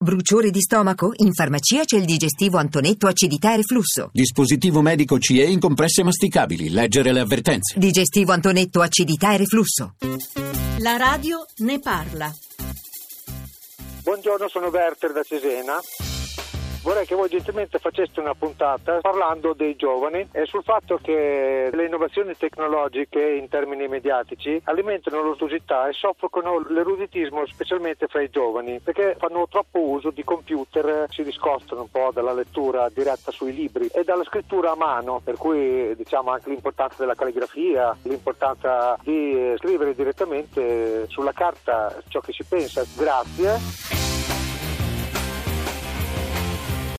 Bruciore di stomaco? In farmacia c'è il digestivo Antonetto acidità e reflusso. Dispositivo medico CE in compresse masticabili. Leggere le avvertenze. Digestivo Antonetto acidità e reflusso. La radio ne parla. Buongiorno, sono Werther da Cesena. Vorrei che voi gentilmente faceste una puntata parlando dei giovani e sul fatto che le innovazioni tecnologiche in termini mediatici alimentano l'ottusità e soffocano l'eruditismo, specialmente fra i giovani, perché fanno troppo uso di computer, si discostano un po' dalla lettura diretta sui libri e dalla scrittura a mano, per cui diciamo anche l'importanza della calligrafia, l'importanza di scrivere direttamente sulla carta ciò che si pensa. Grazie.